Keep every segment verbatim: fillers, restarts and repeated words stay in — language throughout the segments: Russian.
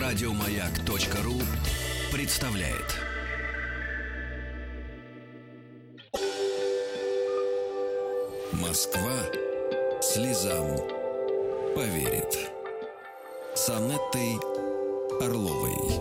Радиомаяк.ру представляет. Москва слезам поверит. С Анеттой Орловой.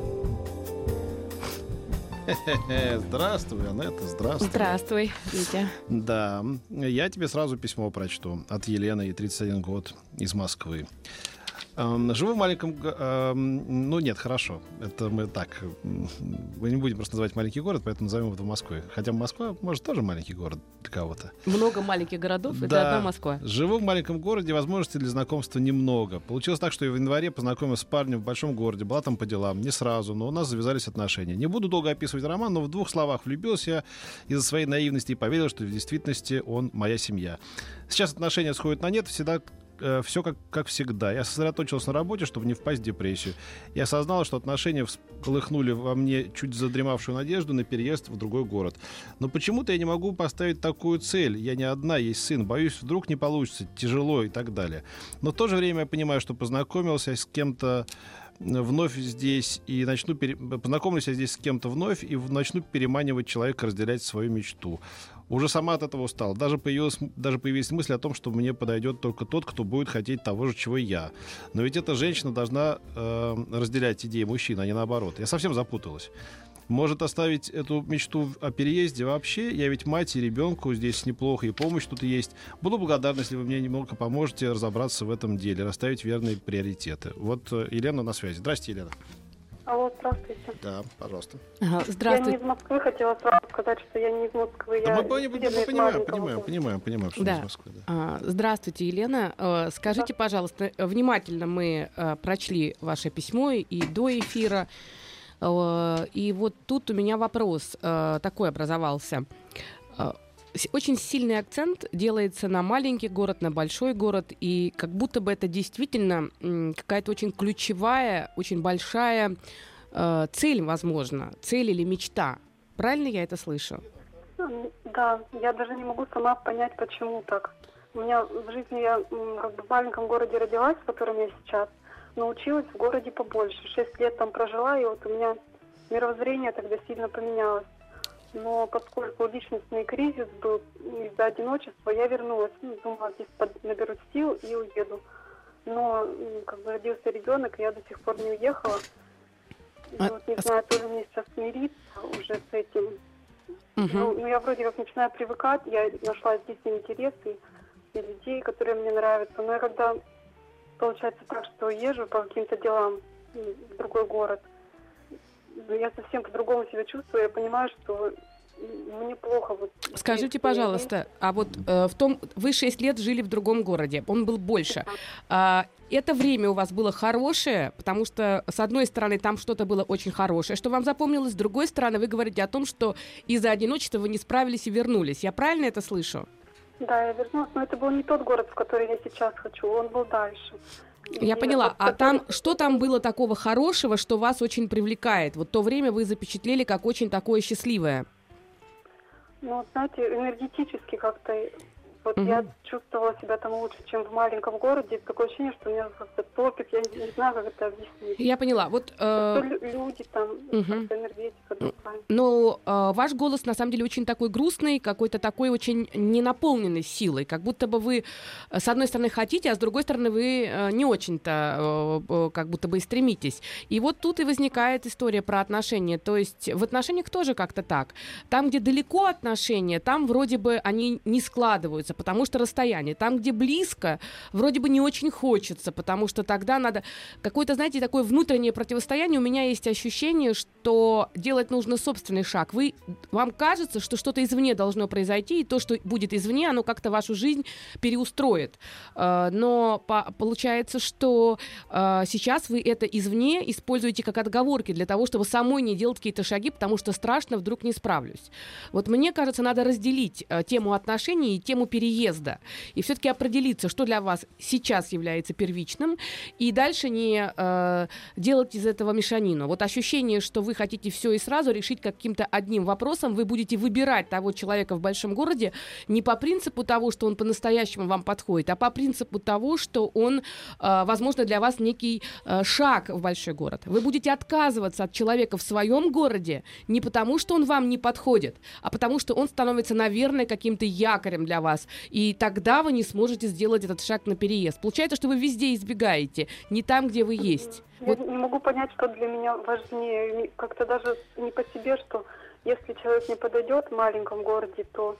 Здравствуй, Анетта, здравствуй. Здравствуй, Витя. Да, я тебе сразу письмо прочту от Елены, ей тридцать один год, из Москвы. Эм, живу в маленьком... Эм, ну, нет, хорошо. Это мы так... Мы не будем просто называть маленький город, поэтому назовем это Москвой. Хотя Москва, может, тоже маленький город для кого-то. Много маленьких городов, да. Это одна Москва. Живу в маленьком городе, возможностей для знакомства немного. Получилось так, что я в январе познакомился с парнем в большом городе. Была там по делам. Не сразу, но у нас завязались отношения. Не буду долго описывать роман, но в двух словах влюбился я из-за своей наивности и поверил, что в действительности он моя семья. Сейчас отношения сходят на нет, всегда... Все как, как всегда. Я сосредоточился на работе, чтобы не впасть в депрессию. Я осознал, что отношения всколыхнули во мне чуть задремавшую надежду на переезд в другой город. Но почему-то я не могу поставить такую цель. Я не одна, есть сын. Боюсь, вдруг не получится, тяжело и так далее. Но в то же время я понимаю, что познакомился с кем-то вновь здесь и начну пере... познакомлюсь я здесь с кем-то вновь и начну переманивать человека разделять свою мечту. Уже сама от этого устала. Даже появилась, даже появилась мысль о том, что мне подойдет только тот, кто будет хотеть того же, чего и я. Но ведь эта женщина должна э, разделять идеи мужчин, а не наоборот. Я совсем запуталась. Может оставить эту мечту о переезде вообще? Я ведь мать и ребенку здесь неплохо, и помощь тут есть. Буду благодарна, если вы мне немного поможете разобраться в этом деле, расставить верные приоритеты. Вот Елена на связи. Здрасте, Елена. Алло, здравствуйте. Да, пожалуйста. Ага, здравствуй. Я не из Москвы, хотела сразу сказать, что я не из Москвы. Да я мы понимаем, понимаем, понимаем, понимаем, понимаем, что да. из Москвы. Да. А, здравствуйте, Елена. Скажите, да. пожалуйста, внимательно мы прочли ваше письмо и до эфира. И вот тут у меня вопрос такой образовался. Очень сильный акцент делается на маленький город, на большой город, и как будто бы это действительно какая-то очень ключевая, очень большая э, цель, возможно, цель или мечта. Правильно я это слышу? Да, я даже не могу сама понять, почему так. У меня в жизни, я как бы в маленьком городе родилась, в котором я сейчас, но училась в городе побольше. Шесть лет там прожила, и вот у меня мировоззрение тогда сильно поменялось. Но поскольку личностный кризис был из-за одиночества, я вернулась. Ну, думала, здесь наберу сил и уеду. Но как бы родился ребенок, и я до сих пор не уехала. И а, вот не а... знаю, тоже мне сейчас смириться уже с этим. Угу. Ну, ну, я вроде как начинаю привыкать, я нашла здесь интересы и людей, которые мне нравятся. Но я когда, получается так, что езжу по каким-то делам в другой город, я совсем по-другому себя чувствую, я понимаю, что мне плохо. Вот, скажите, пожалуйста, а вот э, в том, вы шесть лет жили в другом городе, он был больше. А, это время у вас было хорошее, потому что, с одной стороны, там что-то было очень хорошее, что вам запомнилось, с другой стороны, вы говорите о том, что из-за одиночества вы не справились и вернулись. Я правильно это слышу? Да, я вернулась, но это был не тот город, в который я сейчас хочу, он был дальше. Я поняла. А там, что там было такого хорошего, что вас очень привлекает? Вот то время вы запечатлели как очень такое счастливое. Ну, знаете, энергетически как-то... Вот угу. я чувствовала себя там лучше, чем в маленьком городе. Такое ощущение, что у меня как-то топик. Я не, не знаю, как это объяснить. Я поняла. Вот, э... люди там, угу. энергетика другая. Но э, ваш голос, на самом деле, очень такой грустный, какой-то такой очень ненаполненный силой. Как будто бы вы, с одной стороны, хотите, а с другой стороны, вы э, не очень-то э, как будто бы и стремитесь. И вот тут и возникает история про отношения. То есть в отношениях тоже как-то так. Там, где далеко отношения, там вроде бы они не складываются, потому что расстояние. Там, где близко, вроде бы не очень хочется, потому что тогда надо... Какое-то, знаете, такое внутреннее противостояние. У меня есть ощущение, что делать нужно собственный шаг. Вы, вам кажется, что что-то извне должно произойти, и то, что будет извне, оно как-то вашу жизнь переустроит. Но по- получается, что сейчас вы это извне используете как отговорки для того, чтобы самой не делать какие-то шаги, потому что страшно, вдруг не справлюсь. Вот мне кажется, надо разделить тему отношений и тему переезда. переезда. И все-таки определиться, что для вас сейчас является первичным, и дальше не э, делать из этого мешанину. Вот ощущение, что вы хотите все и сразу решить каким-то одним вопросом, вы будете выбирать того человека в большом городе не по принципу того, что он по-настоящему вам подходит, а по принципу того, что он, э, возможно, для вас некий э, шаг в большой город. Вы будете отказываться от человека в своем городе не потому, что он вам не подходит, а потому, что он становится, наверное, каким-то якорем для вас. И тогда вы не сможете сделать этот шаг на переезд. Получается, что вы везде избегаете, не там, где вы есть. Я Вот. не могу понять, что для меня важнее. Как-то даже не по себе, что если человек не подойдет в маленьком городе, то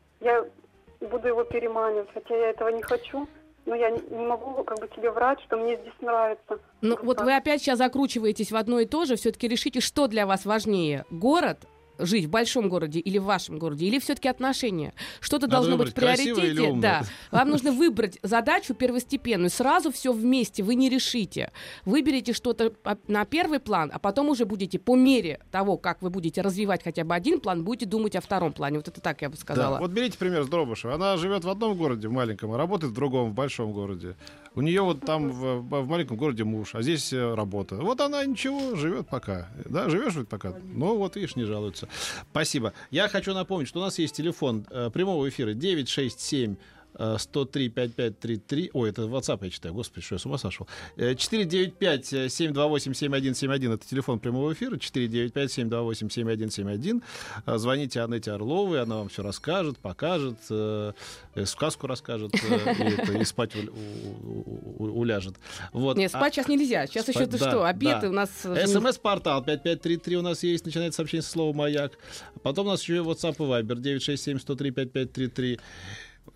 я буду его переманивать, хотя я этого не хочу. Но я не могу как бы тебе врать, что мне здесь нравится. Ну как вот так. вы опять сейчас закручиваетесь в одно и то же. Все-таки решите, что для вас важнее. Город, жить в большом городе или в вашем городе, или все-таки отношения. Что-то Надо должно быть в выбрать, красиво или приоритете. умно. Да. Вам нужно выбрать задачу первостепенную. Сразу все вместе вы не решите. Выберите что-то на первый план, а потом уже будете по мере того, как вы будете развивать хотя бы один план, будете думать о втором плане. Вот это так я бы сказала. Да. Вот берите пример с Дробышева. Она живет в одном городе, в маленьком, а работает в другом, в большом городе. У нее вот там в, в маленьком городе муж, а здесь э, работа. Вот она ничего, живет пока. Да, живешь ведь пока? Ну вот, видишь, не жалуется. Спасибо. Я хочу напомнить, что у нас есть телефон э, прямого эфира девять шесть семь сто три пятьдесят пять тридцать три. Ой, это WhatsApp я читаю. Господи, что я с ума сошел. четыре девять пять семь два восемь семь один семь один. Это телефон прямого эфира. четыре девять пять семь два восемь семь один семь один. Звоните Аннете Орловой. Она вам все расскажет, покажет, э, сказку расскажет э, и, это, и спать у, у, у, уляжет. Вот. Нет, спать а, сейчас нельзя. Сейчас спать, еще ты да, что, обед да. у нас... СМС-портал пять пять три три у нас есть. Начинается сообщение со слова «Маяк». Потом у нас еще и WhatsApp и Viber девять шесть семь сто три пятьдесят пять тридцать три. И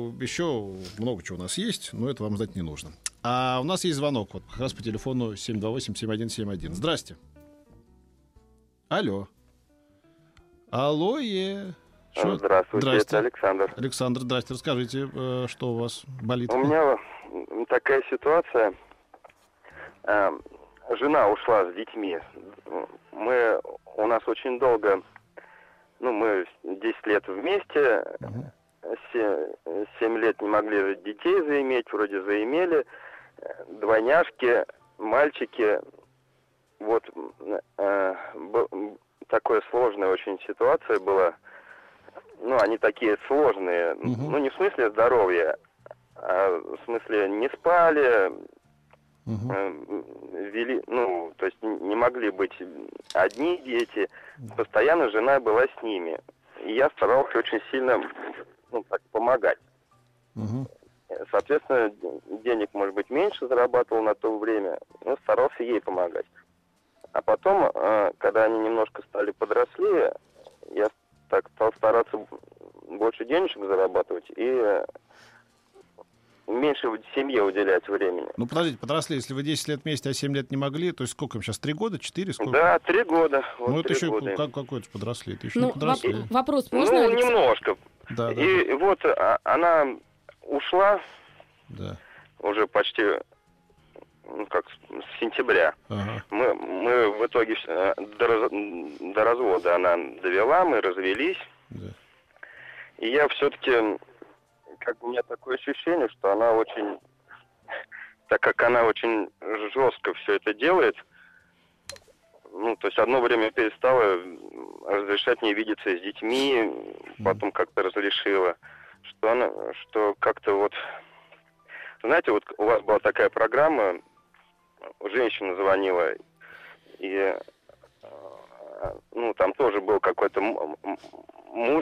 еще много чего у нас есть, но это вам знать не нужно. А у нас есть звонок вот, как раз по телефону семь два восемь семь один семь один. Здрасте. Алло. Алло, е. Шо? Здравствуйте, Здрасте. это Александр. Александр, здрасте. Расскажите, что у вас болит? У меня такая ситуация. Жена ушла с детьми. Мы, у нас очень долго, ну, мы десять лет вместе, Угу. семь лет не могли детей заиметь, вроде заимели, двойняшки, мальчики. Вот э, такая сложная очень ситуация была. Ну, они такие сложные. Угу. Ну, не в смысле здоровья, а в смысле не спали, Угу. э, вели, ну, то есть не могли быть одни дети. Постоянно жена была с ними. И я старался очень сильно, ну, так, помогать. Угу. Соответственно, денег, может быть, меньше зарабатывал на то время, но старался ей помогать. А потом, когда они немножко стали подросли, я так стал стараться больше денежек зарабатывать и меньше семье уделять времени. Ну, подождите, подросли, если вы десять лет вместе, а семь лет не могли, то есть сколько им сейчас, три года, четыре? Сколько? Да, три года. Вот ну, это еще года. как, какой-то подросли, это еще Ну, не подросли. воп- вопрос можно, Ну, Алекс? немножко. Да, да, И вот а, она ушла да. уже почти, ну, как с сентября. Ага. Мы, мы в итоге э, до, раз, до развода она довела, мы развелись. Да. И я все-таки, как бы у меня такое ощущение, что она очень, так как она очень жестко все это делает, ну, то есть одно время перестала разрешать мне видеться с детьми, потом как-то разрешила, что она, что как-то вот, знаете, вот у вас была такая программа, женщина звонила, и, ну, там тоже был какой-то муж,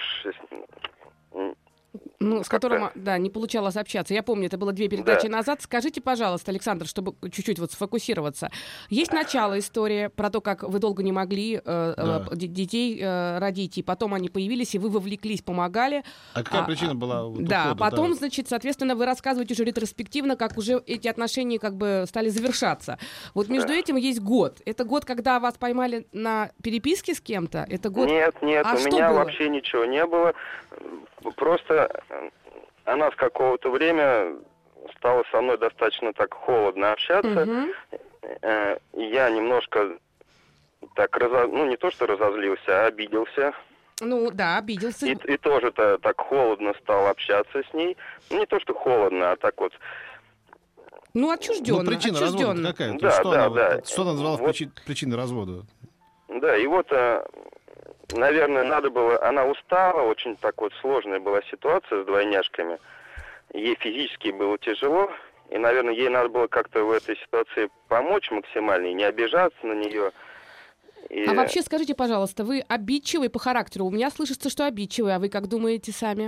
Ну, с которым, да, не получалось общаться. Я помню, это было две передачи Да. назад. Скажите, пожалуйста, Александр, чтобы чуть-чуть вот сфокусироваться. Есть начало истории про то, как вы долго не могли э, Да. э, детей э, родить, и потом они появились, и вы вовлеклись, помогали. А какая А, причина была? Вот Да, ухода, потом, да? значит, соответственно, вы рассказываете уже ретроспективно, как уже эти отношения как бы стали завершаться. Вот между Да. этим есть год. Это год, когда вас поймали на переписке с кем-то? Это год... Нет, нет, А у что меня было? вообще ничего не было. Просто она с какого-то времени стала со мной достаточно так холодно общаться. Мгм. Э, Я немножко так, разо... ну не то что разозлился, а обиделся. Ну, да, обиделся. И, и тоже-то так холодно стал общаться с ней. Ну, не то, что холодно, а так вот... Ну, отчужденно. Ну, причина развода отчужденно. какая? То Да, есть что да, она, да. вот, что она назвала Вот. причи- причиной развода? Да, и вот, э, наверное, надо было... Она устала, очень так вот сложная была ситуация с двойняшками. Ей физически было тяжело. И, наверное, ей надо было как-то в этой ситуации помочь максимально, и не обижаться на нее. И... А вообще, скажите, пожалуйста, вы обидчивый по характеру? У меня слышится, что обидчивый, а вы как думаете сами?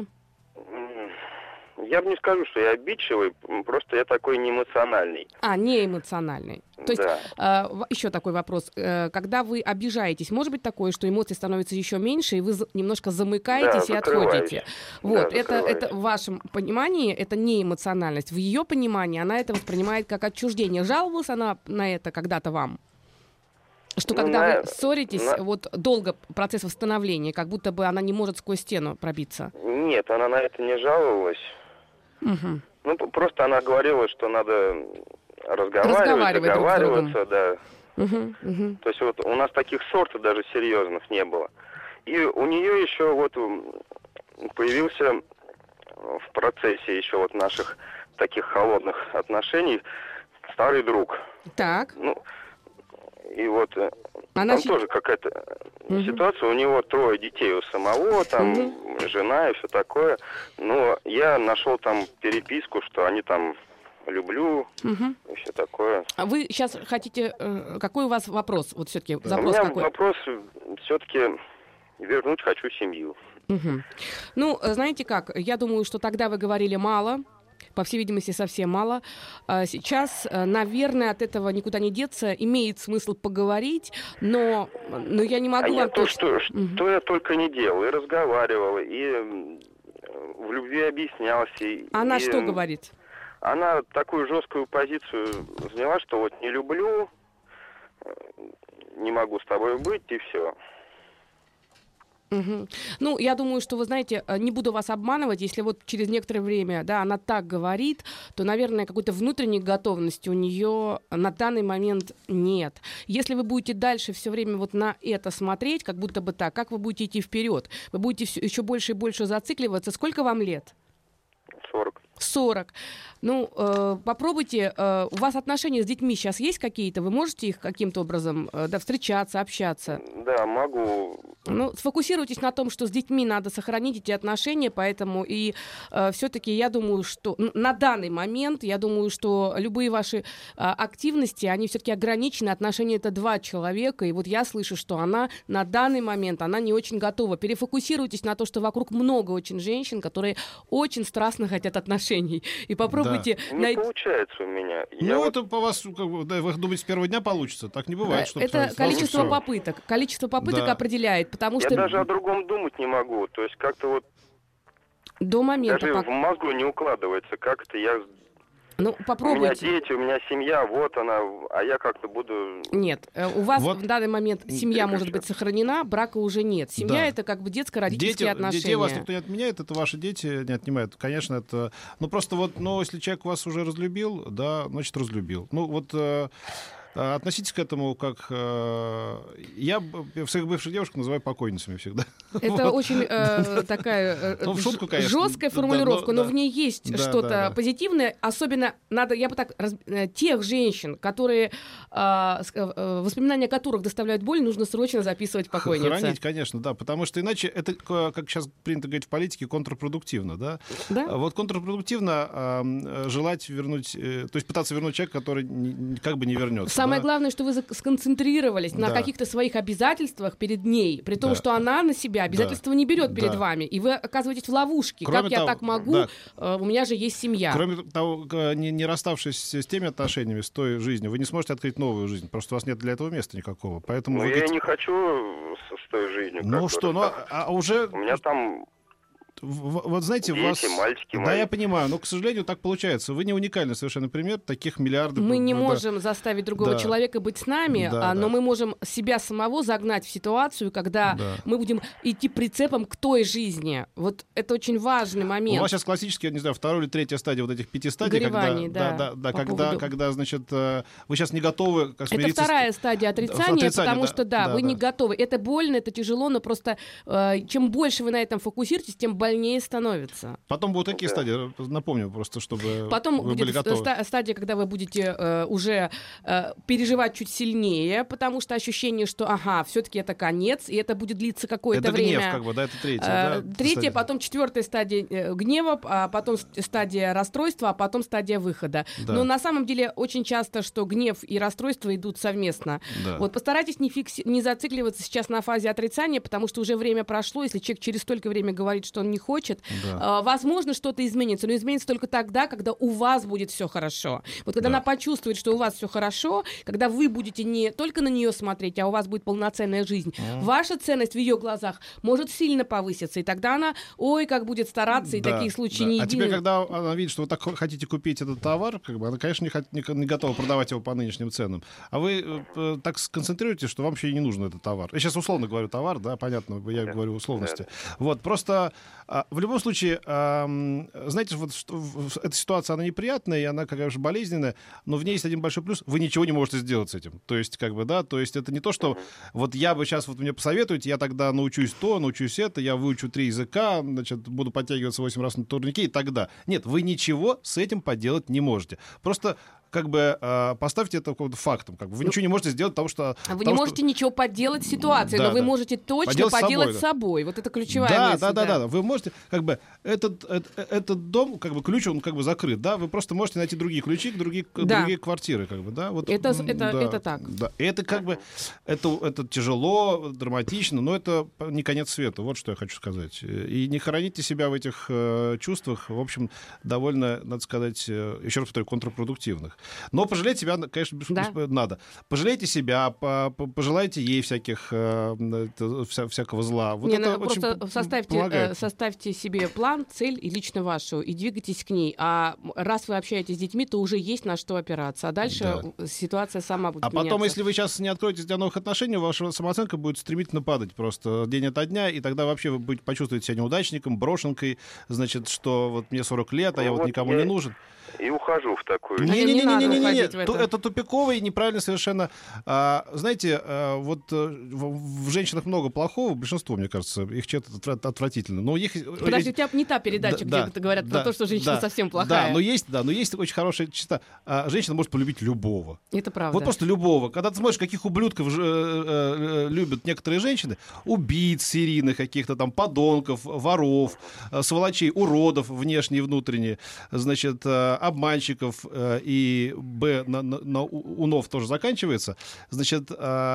Я бы не скажу, что я обидчивый, просто я такой неэмоциональный. А, не эмоциональный. То есть, Да. э, еще такой вопрос. Э, когда вы обижаетесь, может быть такое, что эмоций становится еще меньше, и вы за- немножко замыкаетесь Да, и закрываюсь. отходите? Вот, Да, это, закрываюсь. это в вашем понимании, это не эмоциональность. В ее понимании она это воспринимает как отчуждение. Жаловалась она на это когда-то вам? Что Ну, когда на- вы ссоритесь, на- вот долго процесс восстановления, как будто бы она не может сквозь стену пробиться. Нет, она на это не жаловалась. Мгм. Ну, п- просто она говорила, что надо разговаривать, Разговаривать друг с договариваться, да. Мгм, мгм. То есть вот у нас таких ссор-то даже серьезных не было. И у нее еще вот м, появился в процессе еще вот наших таких холодных отношений старый друг. Так. Ну, и вот э, Она там щи- тоже какая-то Мгм. ситуация. У него трое детей у самого, там жена и все такое. Но я нашел там переписку, что они там люблю Мгм. и все такое. А вы сейчас хотите... э, какой у вас вопрос? Вот все-таки У запрос меня какой? вопрос все-таки вернуть хочу семью. Мгм. Ну, э, знаете как, я думаю, что тогда вы говорили мало, по всей видимости, совсем мало. А сейчас, э, наверное, от этого никуда не деться, имеет смысл поговорить, но, но я не А могу я вам то, точно... что, Мгм. что я только не делал, и разговаривал, и м, в любви объяснялся. И, Она и, что говорит? Она такую жесткую позицию заняла, что вот не люблю, э, не могу с тобой быть, и все. Мгм. Ну, я думаю, что, вы знаете, э, не буду вас обманывать, если вот через некоторое время, да, она так говорит, то, наверное, какой-то внутренней готовности у нее на данный момент нет. Если вы будете дальше все время вот на это смотреть, как будто бы так, как вы будете идти вперед? Вы будете всё- еще больше и больше зацикливаться. Сколько вам лет? сорок. сорок. Ну, э, попробуйте. Э, у вас отношения с детьми сейчас есть какие-то? Вы можете их каким-то образом э, да, встречаться, общаться? Да, могу. Ну, сфокусируйтесь на том, что с детьми надо сохранить эти отношения, поэтому и э, все-таки я думаю, что н- на данный момент, я думаю, что любые ваши э, активности, они все-таки ограничены. Отношения — это два человека, и вот я слышу, что она на данный момент, она не очень готова. Перефокусируйтесь на то, что вокруг много очень женщин, которые очень страстно хотят отношений. И попробуйте Не найти... получается у меня. Я Ну, вот- это по вас, как бы, да, вы думаете, с первого дня получится? Так не бывает. Да, чтобы это сразу количество всё. попыток. Количество попыток Да. определяет, потому я что даже о другом думать не могу. То есть как-то вот до момента... даже пока- в мозгу не укладывается. Как это я... Ну, У меня попробуйте. дети, у меня семья, вот она, а я как-то буду... Нет, э, у вас Вот. в данный момент семья может быть сохранена, брака уже нет. Семья Да. это как бы детско-родительские Дети, отношения. детей у вас никто не отменяет, это ваши дети не отнимают. Конечно, это... Ну, просто вот, ну, если человек вас уже разлюбил, да, значит, разлюбил. Ну, вот э, э, относитесь к этому как... э, я б- всех бывших девушек называю покойницами всегда. Это Вот. очень э, такая э, Ну, в шутку, ж- конечно. жесткая Да, формулировка, но- но да. в ней есть Да, что-то да, да. позитивное. Особенно надо, я бы так, раз- э, тех женщин, которые э, с- э, воспоминания которых доставляют боль, нужно срочно записывать в покойнице. Хранить, конечно, да, потому что иначе это, к- как сейчас принято говорить в политике, контрпродуктивно, да? Да? А Вот контрпродуктивно а, желать вернуть, э, то есть пытаться вернуть человека, который ни- ни- как бы не вернется. Самое да? главное, что вы зак- сконцентрировались на Да. каких-то своих обязательствах перед ней, при том, Да. что она на себя обязательства не берет перед Да. вами, и вы оказываетесь в ловушке. Кроме как я того, так могу? да. Э, у меня же есть семья. Кроме того, к- не, не расставшись с теми отношениями, с той жизнью, вы не сможете открыть новую жизнь. Просто у вас нет для этого места никакого. Поэтому Ну, вы я и говорите, не хочу с, с той жизнью. ну как бы что, ну расставаться. а, а уже... У меня там в- вот знаете, Дети, у вас... мальчики Да, мои. я понимаю, но, к сожалению, так получается. Вы не уникальный совершенно пример, таких миллиардов. Мы не да. можем заставить другого Да. человека быть с нами, Да, а, но да. мы можем себя самого загнать в ситуацию, когда Да. мы будем идти прицепом к той жизни. Вот это очень важный У момент. вас сейчас классически, я не знаю, вторая или третья стадия вот этих пяти стадий, Гореваний, когда, да, да, да, по когда, поводу- когда, значит, э, вы сейчас не готовы как Это смириться с- вторая стадия отрицания, Отрицание, потому да, что, да, да, вы да. не готовы. Это больно, это тяжело, но просто э, чем больше вы на этом фокусируетесь, тем больнее становится. Потом будут такие Да. стадии, напомню просто, чтобы Потом вы были будет готовы. ста- стадия, когда вы будете э, уже э, переживать чуть сильнее, потому что ощущение, что, ага, все-таки это конец, и это будет длиться какое-то Это время. гнев, как бы, да, это третья. Э, да, Третья, стадия. потом четвертая стадия э, гнева, а потом с- стадия расстройства, а потом стадия выхода. Да. Но на самом деле очень часто, что гнев и расстройство идут совместно. Да. Вот постарайтесь не, фикси- не зацикливаться сейчас на фазе отрицания, потому что уже время прошло. Если человек через столько времени говорит, что он не хочет, Да. э, возможно, что-то изменится, но изменится только тогда, когда у вас будет все хорошо. Вот когда Да. она почувствует, что у вас все хорошо, когда вы будете не только на нее смотреть, а у вас будет полноценная жизнь, ваша ценность в ее глазах может сильно повыситься, и тогда она, ой, как будет стараться, и Да, такие случаи да. не А теперь, едины. когда она видит, что вы так хотите купить этот товар, как бы, она, конечно, не, хот- не, не готова продавать его по нынешним ценам. А вы э, э, так сконцентрируетесь, что вам вообще и не нужен этот товар. Я сейчас условно говорю товар, да, понятно, я Да. говорю условности. Вот, просто а, в любом случае, ам, знаете, вот что, в- в- эта ситуация, она неприятная, и она, конечно, болезненная, но в ней есть один большой плюс. Вы ничего не можете сделать с этим. То есть, как бы, да, то есть это не то, что вот я бы сейчас, вот мне посоветуете, я тогда научусь то, научусь это, я выучу три языка, значит, буду подтягиваться восемь раз на турнике, и тогда. Нет, вы ничего с этим поделать не можете. Просто как бы э, поставьте это каким-то фактом. Как бы вы ничего не можете сделать, потому что... А Вы потому не что- можете ничего поделать с ситуацией, Да, но вы да. можете точно Поделать с поделать собой, с да. собой. Вот это ключевая Да, мысль. да, да, да, да. Вы можете, как бы, этот, этот, этот дом, как бы, ключ, он как бы закрыт, да, вы просто можете найти другие ключи, другие, Да. другие квартиры, как бы, да. Вот, Это- м, это- да, это так. Да. И это как бы, это, это тяжело, драматично, но это не конец света, вот что я хочу сказать. И не храните себя в этих э, чувствах, в общем, довольно, надо сказать, э, еще раз повторю, контрпродуктивных. Но пожалеть себя, конечно, без- Да. без- надо. Пожалейте себя, по- по- пожелайте ей всяких, э, это, вся- всякого зла. Вот Не, это ну, очень просто п- составьте, помогает. э, составьте себе план, цель и лично вашу, и двигайтесь к ней. А раз вы общаетесь с детьми, то уже есть на что опираться. А дальше Да. ситуация сама будет А потом, меняться. если вы сейчас не откроетесь для новых отношений, ваша самооценка будет стремительно падать просто день ото дня, и тогда вообще вы будете почувствовать себя неудачником, брошенкой, значит, что вот мне сорок лет, а я Ну вот вот никому я- не нужен. И ухожу в такую. Не- не надо Не-не-не-не-не-не, уходить в Ту- это. это тупиково и неправильно совершенно. А, знаете, а, вот э, в, в женщинах много плохого, большинство, мне кажется, их что-то отвра- отвратительно. Но их... Подожди, у тебя не та передача, Да, где говорят да, про то, что женщина да, совсем Да, плохая. но есть, да, но есть очень хорошая черта. А, женщина может полюбить любого. Это правда. Вот просто любого. Когда ты смотришь, каких ублюдков же, э, э, любят некоторые женщины, убийц серийных каких-то там, подонков, воров, э, сволочей, уродов внешние и внутренние, значит, э, обманщиков э, и, б, на, на- на у- унов тоже заканчивается, значит, э,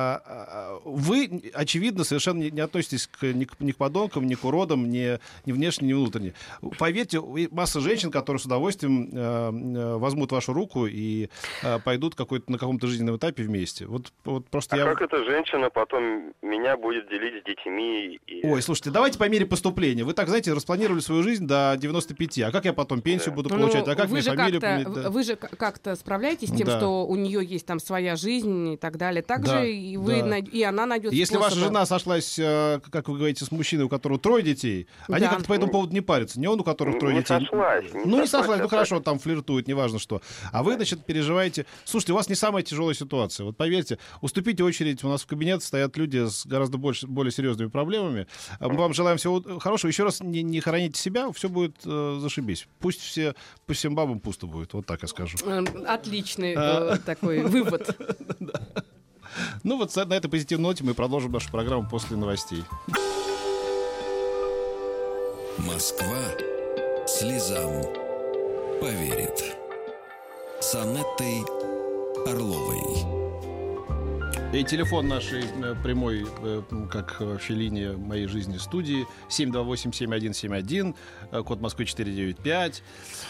э, вы, очевидно, совершенно не, не относитесь к, ни, к, ни к подонкам, ни к уродам, ни, ни внешне, ни внутренне. Поверьте, и масса женщин, которые с удовольствием э, э, возьмут вашу руку и э, пойдут какой-то, на каком-то жизненном этапе вместе. Вот, вот просто А я... как эта женщина потом меня будет делить с детьми? И... Ой, слушайте, давайте по мере поступления. Вы так, знаете, распланировали свою жизнь до девяносто пяти. А как я потом пенсию буду Ну, получать? А как вы мне же фамилию как-то, поменять? Да. вы же к- как-то справляетесь с тем, Да. что у нее есть там своя жизнь и так далее. Так Да, же и, вы, да. най- и она найдет Если ваша способы. жена сошлась, э, как вы говорите, с мужчиной, у которого трое детей, они Да. как-то по этому поводу не парятся. Не он, у которого Не трое детей. сошлась, не Ну, не сошлась, сошлась, ну а хорошо, там флиртует, неважно что. А вы, значит, переживаете. Слушайте, у вас не самая тяжелая ситуация. Вот поверьте, уступите очередь. У нас в кабинете стоят люди с гораздо больше, более серьезными проблемами. А Мы вам желаем всего хорошего. Еще раз не, не хороните себя, все будет э, зашибись. Пусть все, пусть всем бабам пусто будет. Вот так я скажу. Э, Отличный А. э, такой вывод. Ну вот на этой позитивной ноте мы продолжим нашу программу после новостей. Москва слезам поверит. С Анеттой Орловой. И телефон нашей э, прямой, э, как вообще линия моей жизни студии, семь два восемь семь один семь один, э, код Москвы четыре девять пять.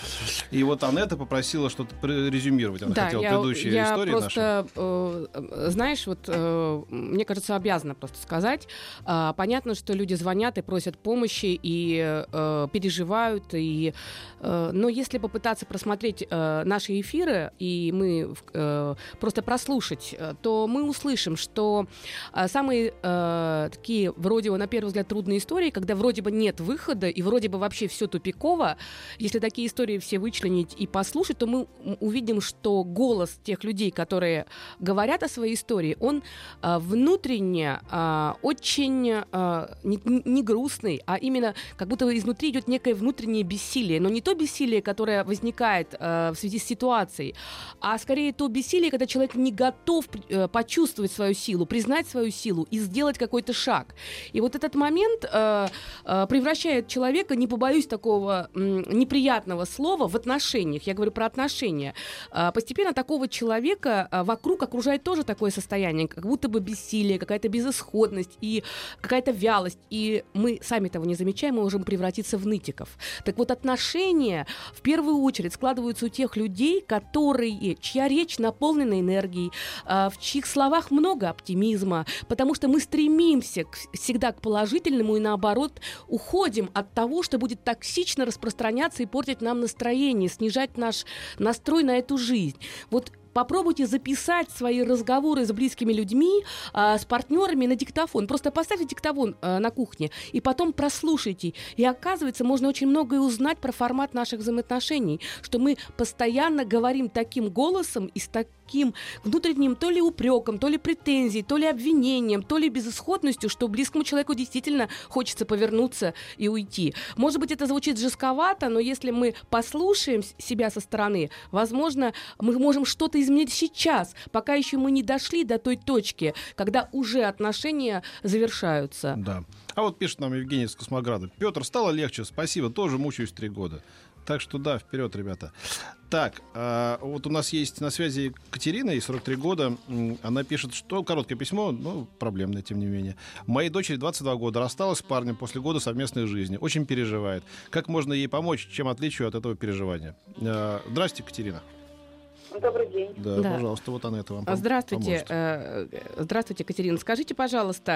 И вот Анетта попросила что-то резюмировать. Она да, хотела я, предыдущие я истории просто, э, знаешь, вот э, мне кажется, обязана просто сказать. Э, понятно, что люди звонят и просят помощи, и э, переживают, и, э, но если попытаться просмотреть э, наши эфиры, и мы э, просто прослушать, то мы услышим, что э, самые э, такие, вроде бы, на первый взгляд, трудные истории, когда вроде бы нет выхода, и вроде бы вообще все тупиково, если такие истории все вычленить и послушать, то мы увидим, что голос тех людей, которые говорят о своей истории, он э, внутренне э, очень э, не, не грустный, а именно как будто изнутри идет некое внутреннее бессилие, но не то бессилие, которое возникает э, в связи с ситуацией, а скорее то бессилие, когда человек не готов э, почувствовать свою силу, признать свою силу и сделать какой-то шаг. И вот этот момент э, э, превращает человека, не побоюсь такого э, неприятного слова, в отношениях. Я говорю про отношения. Э, постепенно такого человека э, вокруг окружает тоже такое состояние, как будто бы бессилие, какая-то безысходность и какая-то вялость. И мы сами того не замечаем, мы можем превратиться в нытиков. Так вот, отношения в первую очередь складываются у тех людей, которые, чья речь наполнена энергией, э, в чьих словах много оптимизма, потому что мы стремимся к, всегда к положительному и, наоборот, уходим от того, что будет токсично распространяться и портить нам настроение, снижать наш настрой на эту жизнь. Вот попробуйте записать свои разговоры с близкими людьми, э, с партнерами на диктофон. Просто поставьте диктофон э, на кухне и потом прослушайте. И оказывается, можно очень многое узнать про формат наших взаимоотношений, что мы постоянно говорим таким голосом и с таким внутренним то ли упреком, то ли претензией, то ли обвинением, то ли безысходностью, что близкому человеку действительно хочется повернуться и уйти. Может быть, это звучит жестковато, но если мы послушаем себя со стороны, возможно, мы можем что-то изменить сейчас, пока еще мы не дошли до той точки, когда уже отношения завершаются. Да. А вот пишет нам Евгений из Космограда. Петр, стало легче, спасибо, тоже мучаюсь три года. Так что да, вперед, ребята. Так, а, вот у нас есть на связи Катерина, ей сорок три года. Она пишет, что короткое письмо, ну, проблемное, тем не менее. Моей дочери двадцать два года, рассталась с парнем после года совместной жизни. Очень переживает. Как можно ей помочь, чем отличию от этого переживания? А, здрасте, Катерина. Добрый день. Да, Да. пожалуйста, вот она это вам пом- Здравствуйте, поможет. э, здравствуйте, Катерина. Скажите, пожалуйста,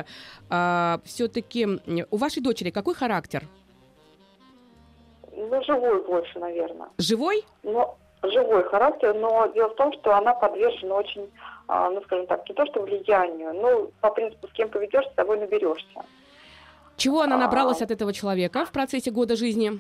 а, все-таки у вашей дочери какой характер? Ну, живой больше, наверное. Живой? Но живой характер, но дело в том, что она подвержена очень, а, ну, скажем так, не то что влиянию, ну, по принципу, с кем поведешь, с тобой наберешься. Чего она А. набралась от этого человека в процессе года жизни?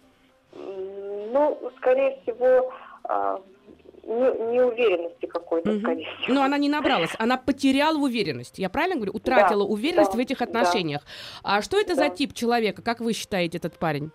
М, Ну, скорее всего, а, не- неуверенности какой-то, Мгм. скорее всего. Но она не набралась, она потеряла уверенность. Я правильно говорю? Утратила Да, уверенность да, в этих да. отношениях. А что это за Да. тип человека, как вы считаете, этот парень?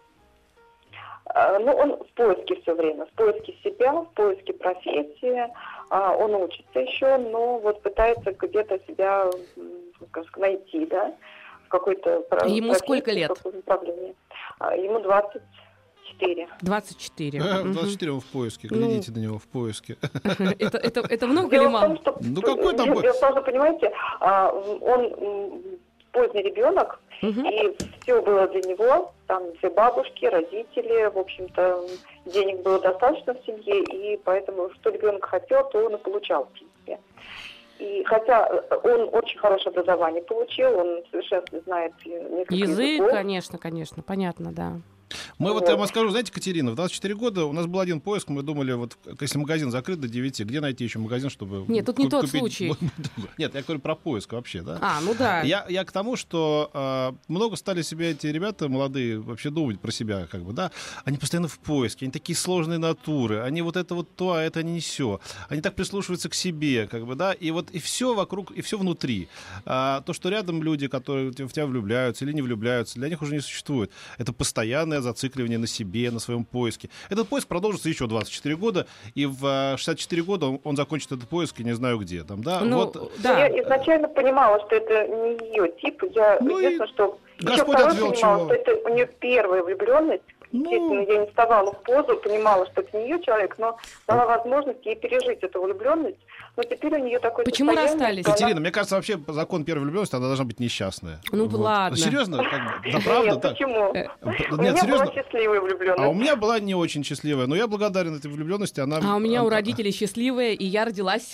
А, Ну, он в поиске все время, в поиске себя, в поиске профессии. А, Он учится еще, но вот пытается где-то себя, м, как сказать, найти, да, в какой-то про- Ему профессии, сколько лет? в каком направлении. А, Ему двадцать четыре. двадцать четыре. А, Мгм. двадцать четыре он в поиске, Ну. глядите на него в поиске. Это, это, это много или Дело в мало? том, что, Ну, какой там дело по- в том, что, понимаете, а, он м, поздний ребенок, Мгм. и все было для него, там две бабушки, родители, в общем-то, денег было достаточно в семье, и поэтому, что ребенок хотел, то он и получал, в принципе. И хотя он очень хорошее образование получил, он совершенно знает несколько Язык, языков. конечно, конечно, понятно, да. Мы вот, Вот. я вам скажу, знаете, Катерина, в двадцать четыре года у нас был один поиск, мы думали, вот если магазин закрыт до девяти, где найти еще магазин, чтобы... Нет, тут не ку- тот купить- случай. Нет, я говорю про поиск вообще, да? А, ну да. Я, я к тому, что э, много стали себе эти ребята молодые вообще думать про себя, как бы, да. Они постоянно в поиске, они такие сложные натуры, они вот это вот то, а это не все. Они так прислушиваются к себе, как бы, да, и вот и все вокруг, и все внутри. А, то, что рядом люди, которые в тебя влюбляются или не влюбляются, для них уже не существует. Это постоянное зацикливание на себе, на своем поиске. Этот поиск продолжится еще двадцать четыре года, и в э, шестьдесят четыре года он, он закончит этот поиск, и не знаю где. Там, да? Ну, вот, да. Я изначально понимала, что это не ее тип. Я Ну и единственное, что еще Господь второе отвел понимала, чего. что это у нее первая влюбленность, Ну... Естественно, я не вставала в позу, понимала, что это не ее человек, но дала возможность ей пережить эту влюбленность. Но теперь у нее такой Почему расстались? Катерина, мне кажется, вообще по закону первой влюбленности она должна быть несчастная. Ну вот. Ладно. Серьезно? Как бы, да правда? Нет, так? почему? Нет, у меня серьезно? была счастливая влюбленность. А у меня была не очень счастливая, но я благодарен этой влюбленности. Она... А у меня она... у родителей счастливая, и я родилась.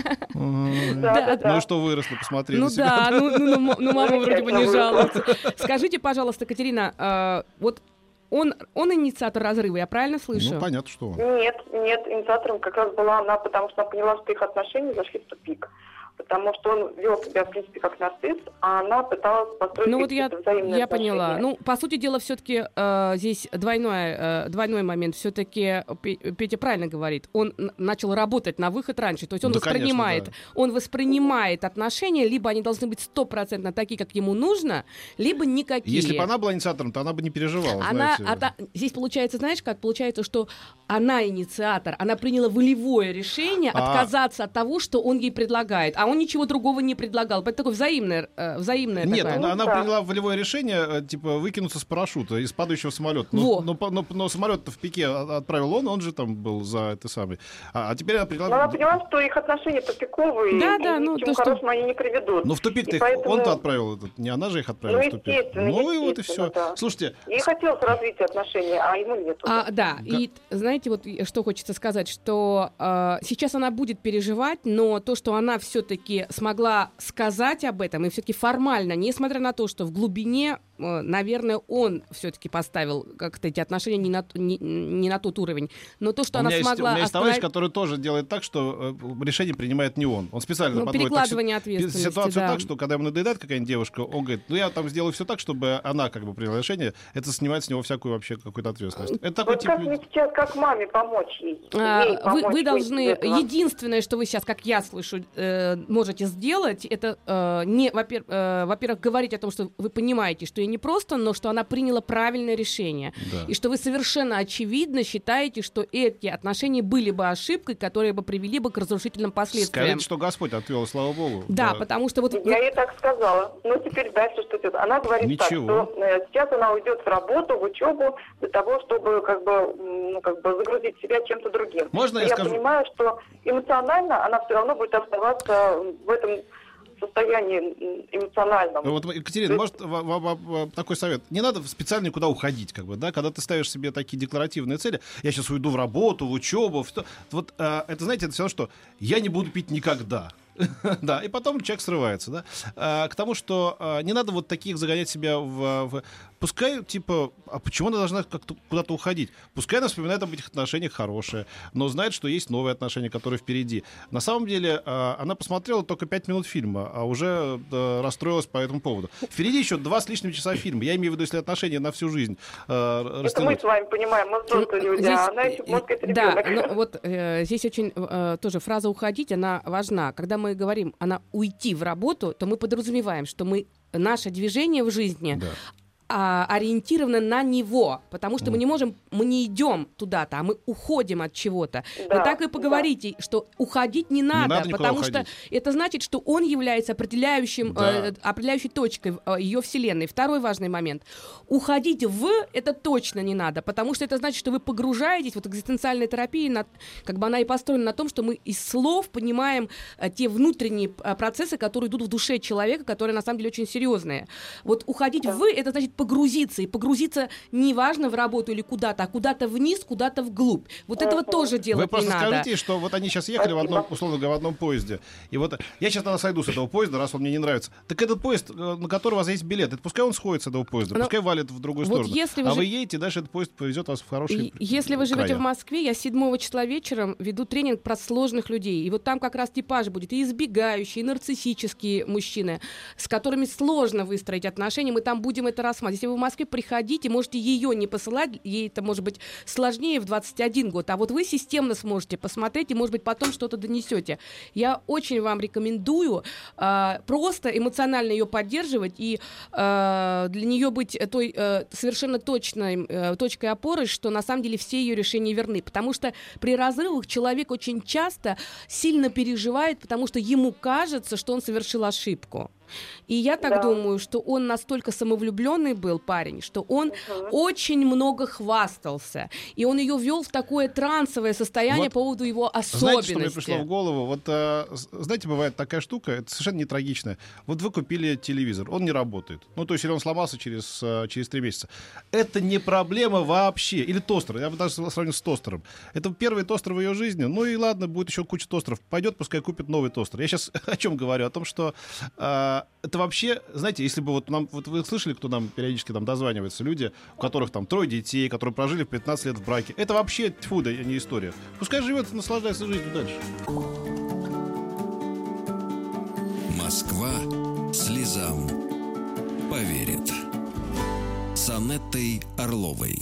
Ну и что выросла, посмотри на себя. Ну да, ну мама вроде бы не жалуется. Скажите, пожалуйста, Катерина, вот Он, он инициатор разрыва, я правильно слышу? Ну, понятно, что он. Нет, нет, инициатором как раз была она, потому что она поняла, что их отношения зашли в тупик. Потому что он вел себя, в принципе, как нарцисс, а она пыталась построить ну, вот я, взаимные я отношения. поняла. Ну, по сути дела, все-таки э, здесь двойной, э, двойной момент. Все-таки Петя правильно говорит. Он н- начал работать на выход раньше. То есть он да, воспринимает, конечно, да. он воспринимает отношения, либо они должны быть стопроцентно такие, как ему нужно, либо никакие. Если бы она была инициатором, то она бы не переживала. Она, а, здесь получается, знаешь, как получается, что она инициатор, она приняла волевое решение а. отказаться от того, что он ей предлагает. А он ничего другого не предлагал. Это такое взаимное, э, взаимное Нет, такое. она, она да. приняла волевое решение, типа, выкинуться с парашюта из падающего самолета. Но, но, но, но самолет-то в пике отправил он, он же там был за это самое. А, а теперь она приняла... Но она поняла, что их отношения тупиковые, да, и да, ни ну, к чему то, хорошему что... они не приведут. Ну в тупик-то их поэтому... он-то отправил, этот, не она же их отправила ну, в тупик. Естественно, ну и вот и естественно, все. Да. Слушайте... Ей хотелось развития отношений, а ему нет. А, да, да, и знаете, вот что хочется сказать, что э, сейчас она будет переживать, но то, что она все-таки смогла сказать об этом, и все-таки формально, несмотря на то, что в глубине, э, наверное, он все-таки поставил как-то эти отношения не на, не, не на тот уровень, но то, что у она меня смогла... Есть, у меня есть останов... товарищ, который тоже делает так, что э, решение принимает не он. Он специально ну, подводит перекладывание так, ответственности, ситуацию да. так, что когда ему надоедает какая-нибудь девушка, он говорит, ну я там сделаю все так, чтобы она как бы приняла решение, это снимает с него всякую вообще какую-то ответственность. Это такой вот тип как людей. мне сейчас, как маме помочь ей? А, ей помочь вы, вы должны, единственное, что вы сейчас, как я слышу, э, можете сделать, это э, не, во-пер, э, во-первых, говорить о том, что вы понимаете, что ей не просто, но что она приняла правильное решение. Да. И что вы совершенно очевидно считаете, что эти отношения были бы ошибкой, которые бы привели бы к разрушительным последствиям. Скажите, что Господь отвел, слава Богу. Да, да. потому что вот... Я ей так сказала. Ну, теперь дальше что делать? Она говорит Ничего. так, что э, сейчас она уйдет в работу, в учебу, для того, чтобы как бы, ну, как бы загрузить себя чем-то другим. Можно я, я скажу? понимаю, что эмоционально она все равно будет оставаться в этом состоянии эмоциональном. Вот, Екатерина, может, в, в, в, такой совет. Не надо специально никуда уходить, как бы, да, когда ты ставишь себе такие декларативные цели. Я сейчас уйду в работу, в учебу. В то, вот э, это, знаете, это все равно, что я не буду пить никогда. Да, и потом человек срывается, да. А, к тому, что а, не надо вот таких загонять себя в, в... Пускай, типа, а почему она должна как-то куда-то уходить? Пускай она вспоминает об этих отношениях хорошее, но знает, что есть новые отношения, которые впереди. На самом деле, а, она посмотрела только пять минут фильма, а уже а, расстроилась по этому поводу. Впереди еще два с лишним часа фильма. Я имею в виду, если отношения на всю жизнь а, Это мы с вами понимаем, мы взрослые люди, здесь, а она еще, может быть, ребенок. Да, ну, вот э, здесь очень э, тоже фраза «уходить», она важна. Когда мы говорим она уйти в работу, то мы подразумеваем, что мы наше движение в жизни да. а, ориентировано на него, потому что mm. мы не можем, мы не идем туда-то, а мы уходим от чего-то. Да, вы так и поговорите, да. что уходить не надо, не надо потому уходить. что это значит, что он является определяющим, да. э, определяющей точкой э, ее вселенной. Второй важный момент. Уходить в это точно не надо, потому что это значит, что вы погружаетесь, вот экзистенциальная терапия, на, как бы она и построена на том, что мы из слов понимаем э, те внутренние э, процессы, которые идут в душе человека, которые на самом деле очень серьезные. Вот уходить да. в это значит погрузиться, и погрузиться неважно в работу или куда-то, а куда-то вниз, куда-то вглубь. Вот этого uh-huh. тоже делать Вы не надо. Вы просто скажите, что вот они сейчас ехали в одном, условно говоря, в одном поезде, и вот я сейчас тогда сойду с этого поезда, раз он мне не нравится. Так этот поезд, на который у вас есть билет, это пускай он сходит с этого поезда, Но пускай валит в другую вот сторону. Если вы а ж... вы едете, дальше этот поезд повезет вас в хороший и, Если вы живете в Москве, я седьмого числа вечером веду тренинг про сложных людей, и вот там как раз типаж будет и избегающие, и нарциссические мужчины, с которыми сложно выстроить отношения, мы там будем это рассматривать. Если вы в Москве, приходите, можете ее не посылать, ей это может быть сложнее в двадцать один год, а вот вы системно сможете посмотреть и, может быть, потом что-то донесете. Я очень вам рекомендую э, просто эмоционально ее поддерживать и э, для нее быть той э, совершенно точной э, точкой опоры, что на самом деле все ее решения верны, потому что при разрывах человек очень часто сильно переживает, потому что ему кажется, что он совершил ошибку. И я так Да. думаю, что он настолько самовлюбленный был парень, что он Мгм. очень много хвастался. И он ее вел в такое трансовое состояние Вот по поводу его Знаете, что мне пришло в особенностей. голову? Вот, э, с- знаете, бывает такая штука, это совершенно не трагичная. Вот вы купили телевизор, он не работает. Ну, то есть, или он сломался через, э, через три месяца. Это не проблема вообще. Или тостер, я бы даже сравнил с тостером. Это первый тостер в ее жизни. Ну и ладно, будет еще куча тостеров. Пойдет, пускай купит новый тостер. Я сейчас о чем говорю? О том, что э, это вообще, знаете, если бы вот нам, вот вы слышали, кто нам периодически там дозванивается, люди, у которых там трое детей, которые прожили в пятнадцать лет в браке. Это вообще, тьфу, да, не история. Пускай живет и наслаждается жизнью дальше. Москва слезам поверит. С Анеттой Орловой.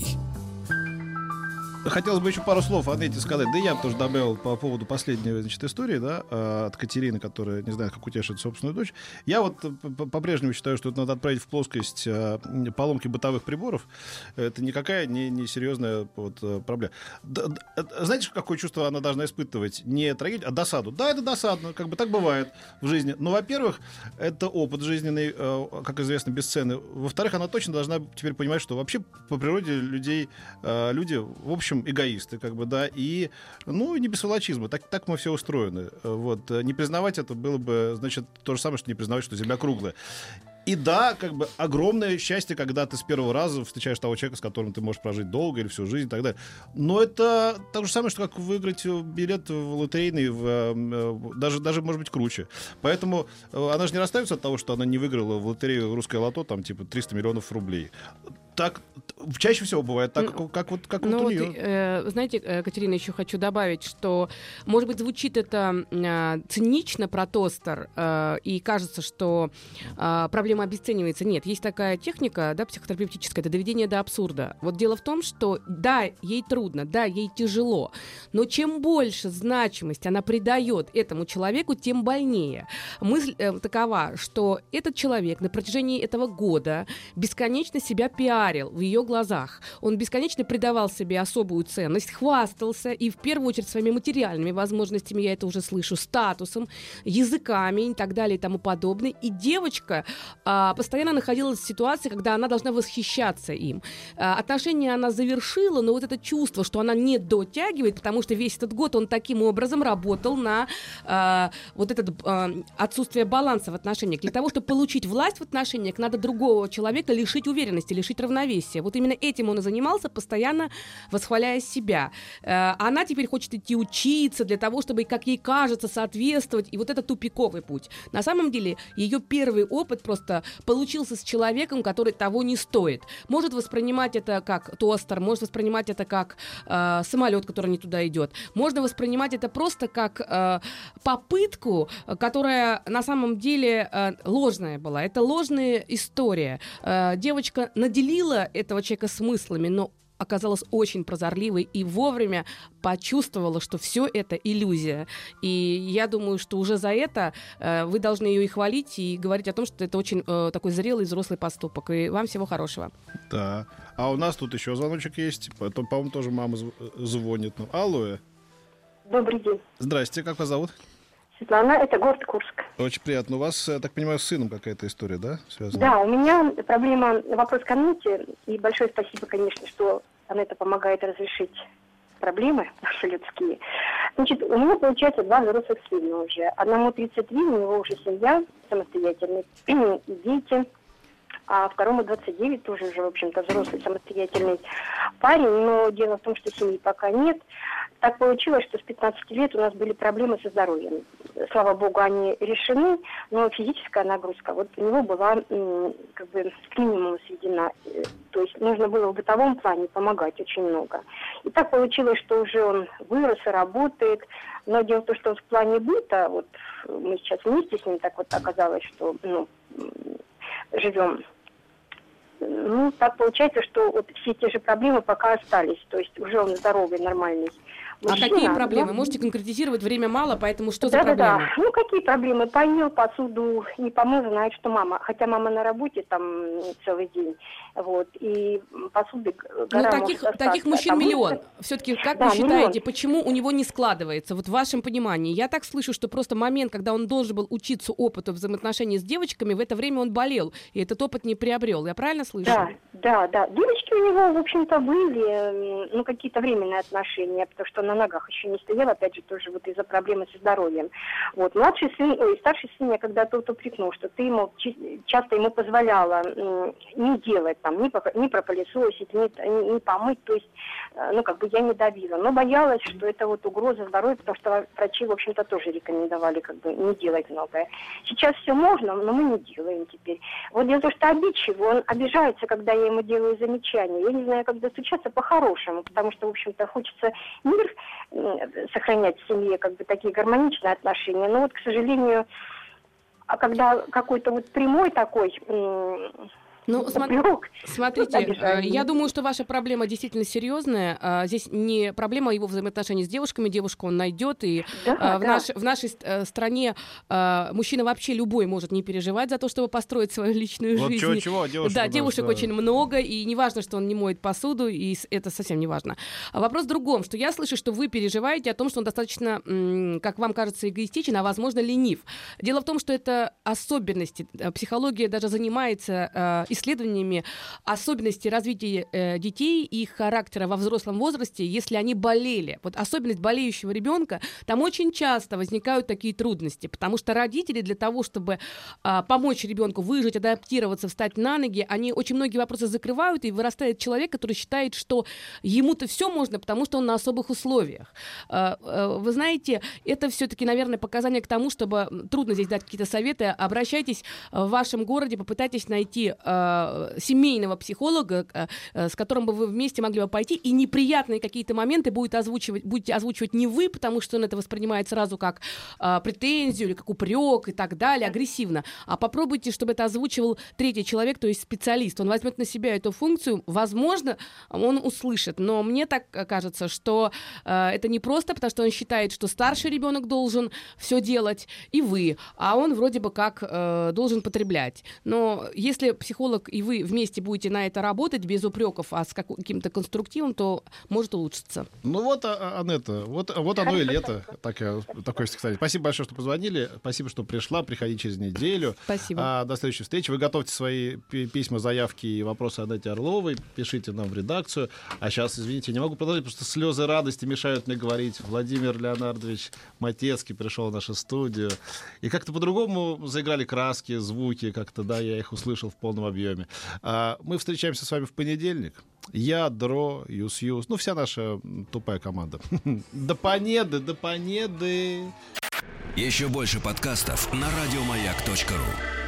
Хотелось бы еще пару слов Анетте сказать. Да и я бы тоже добавил по поводу последней, значит, истории, да, э, от Катерины, которая не знает, как утешить собственную дочь. Я вот э, п- по-прежнему считаю, что это надо отправить в плоскость э, поломки бытовых приборов. Это никакая не, не серьезная вот, э, проблема. Д- д- э, знаете, какое чувство она должна испытывать? Не трагедию, а досаду. Да, это досадно, как бы так бывает в жизни. Но, во-первых, это опыт жизненный, э, как известно, бесценный. Во-вторых, она точно должна теперь понимать, что вообще по природе людей, э, люди, в общем, эгоисты, как бы, да, и, ну, не без сволочизма. Так, так мы все устроены. Вот. Не признавать это было бы, значит, то же самое, что не признавать, что Земля круглая. И да, как бы огромное счастье, когда ты с первого раза встречаешь того человека, с которым ты можешь прожить долго или всю жизнь и так далее. Но это то же самое, что как выиграть билет в лотерейный, в, даже, даже, может быть, круче. Поэтому она же не расстраивается от того, что она не выиграла в лотерею «Русское лото» там типа триста миллионов рублей. Так чаще всего бывает так, как, как вот, как Ну вот у вот, нее. э, знаете, э, Катерина, еще хочу добавить, что, может быть, звучит это э, цинично про тостер, э, и кажется, что э, проблема обесценивается. Нет, есть такая техника, да, психотерапевтическая, это доведение до абсурда. Вот дело в том, что да, ей трудно, да, ей тяжело, но чем больше значимость она придает этому человеку, тем больнее. Мысль э, такова, что этот человек на протяжении этого года бесконечно себя пиарит в ее глазах. Он бесконечно придавал себе особую ценность, хвастался, и в первую очередь своими материальными возможностями, я это уже слышу, статусом, языками и так далее и тому подобное. И девочка а, постоянно находилась в ситуации, когда она должна восхищаться им. А, отношения она завершила, но вот это чувство, что она не дотягивает, потому что весь этот год он таким образом работал на а, вот это а, отсутствие баланса в отношениях. Для того, чтобы получить власть в отношениях, надо другого человека лишить уверенности, лишить равновесия. Вот именно этим он и занимался, постоянно восхваляя себя. Э, она теперь хочет идти учиться для того, чтобы, как ей кажется, соответствовать. И вот это тупиковый путь. На самом деле, ее первый опыт просто получился с человеком, который того не стоит. Может воспринимать это как тостер, может воспринимать это как э, самолет, который не туда идет. Можно воспринимать это просто как э, попытку, которая на самом деле э, ложная была. Это ложная история. Э, девочка наделила этого человека смыслами, но оказалась очень прозорливой и вовремя почувствовала, что все это иллюзия. И я думаю, что уже за это э, вы должны ее и хвалить, и говорить о том, что это очень э, такой зрелый взрослый поступок. И вам всего хорошего. Да. А у нас тут еще звоночек есть. Потом, по-моему, тоже мама зв- звонит. Ну, алло. Добрый день. Здрасте, как вас зовут? Светлана, это город Курск. Очень приятно. У вас, я так понимаю, с сыном какая-то история, да, связана? Да, у меня проблема, вопрос к Анете, и большое спасибо, конечно, что Анета помогает разрешить проблемы наши людские. Значит, у меня, получается, два взрослых сына уже. Одному тридцать три, у него уже семья, самостоятельные дети, а второму двадцать девять, тоже уже, в общем-то, взрослый, самостоятельный парень, но дело в том, что семьи пока нет. Так получилось, что с пятнадцати лет у нас были проблемы со здоровьем. Слава богу, они решены, но физическая нагрузка вот у него была м, как бы к минимуму сведена. То есть нужно было в бытовом плане помогать очень много. И так получилось, что уже он вырос и работает. Но дело в том, что в плане быта, вот мы сейчас вместе с ним так вот оказалось, что ну, живем. Ну, так получается, что вот все те же проблемы пока остались. То есть уже он здоровый, нормальный Мужчина, а какие проблемы? Да? Можете конкретизировать? Время мало, поэтому что да, за проблемы? Да, да. Ну, какие проблемы? Поел посуду, не помыл, знает, что мама. Хотя мама на работе там целый день. Вот. И посуды гора Ну, таких, таких мужчин там миллион. Все-таки, как да, вы считаете, миллион. Почему у него не складывается? Вот в вашем понимании. Я так слышу, что просто момент, когда он должен был учиться опыту взаимоотношений с девочками, в это время он болел, и этот опыт не приобрел. Я правильно слышу? Да, да, да. Девочки у него, в общем-то, были, ну, какие-то временные отношения, потому что на ногах еще не стоял, опять же, тоже вот из-за проблемы со здоровьем. Вот. Младший сын, ой, старший сын я когда-то вот упрекнул, что ты ему часто ему позволяла не делать там, ни, ни пропылесосить, ни, ни, ни помыть, то есть, ну, как бы я не давила, но боялась, что это вот угроза здоровью, потому что врачи, в общем-то, тоже рекомендовали как бы не делать многое. Сейчас все можно, но мы не делаем теперь. Вот дело в том, что обидчивый, он обижается, когда я ему делаю замечания. Я не знаю, как достучаться по-хорошему, потому что, в общем-то, хочется мир сохранять в семье, как бы такие гармоничные отношения. Но вот, к сожалению, а когда какой-то вот прямой такой... Ну, смо- смотрите, я думаю, что ваша проблема действительно серьезная. Здесь не проблема его взаимоотношений с девушками. Девушку он найдет. И да, в, да. Наш, в нашей стране мужчина вообще любой может не переживать за то, чтобы построить свою личную вот жизнь. Чего-чего, девушек да, нас, девушек да. очень много. И не важно, что он не моет посуду. И это совсем не важно. Вопрос в другом, что я слышу, что вы переживаете о том, что он достаточно, как вам кажется, эгоистичен, а, возможно, ленив. Дело в том, что это особенности. Психология даже занимается исследованиями особенностей развития э, детей и их характера во взрослом возрасте, если они болели. Вот особенность болеющего ребенка, там очень часто возникают такие трудности, потому что родители для того, чтобы э, помочь ребенку выжить, адаптироваться, встать на ноги, они очень многие вопросы закрывают, и вырастает человек, который считает, что ему-то все можно, потому что он на особых условиях. Э, э, вы знаете, это все-таки, наверное, показание к тому, чтобы трудно здесь дать какие-то советы. Обращайтесь в вашем городе, попытайтесь найти э, семейного психолога, с которым бы вы вместе могли бы пойти, и неприятные какие-то моменты будет озвучивать, будете озвучивать не вы, потому что он это воспринимает сразу как а, претензию или как упрек и так далее, агрессивно, а попробуйте, чтобы это озвучивал третий человек, то есть специалист. Он возьмет на себя эту функцию, возможно, он услышит, но мне так кажется, что а, это не просто, потому что он считает, что старший ребенок должен все делать, и вы, а он вроде бы как а, должен потреблять. Но если психолог и вы вместе будете на это работать без упреков, а с каким-то конструктивом, то может улучшиться. Ну вот, Анетта, вот, вот оно и лето. Такое, такое стихотворение. Спасибо большое, что позвонили. Спасибо, что пришла. Приходи через неделю. Спасибо. А, до следующей встречи. Вы готовьте свои письма, заявки и вопросы Анетте Орловой. Пишите нам в редакцию. А сейчас, извините, не могу продолжить, потому что слезы радости мешают мне говорить. Владимир Леонардович Матецкий пришел в нашу студию. И как-то по-другому заиграли краски, звуки. Как-то, да, я их услышал в полном объеме. А, мы встречаемся с вами в понедельник. Я, Дро, Юс-Юс, ну, вся наша тупая команда. До понеды, до понеды. Еще больше подкастов на радиомаяк точка ру.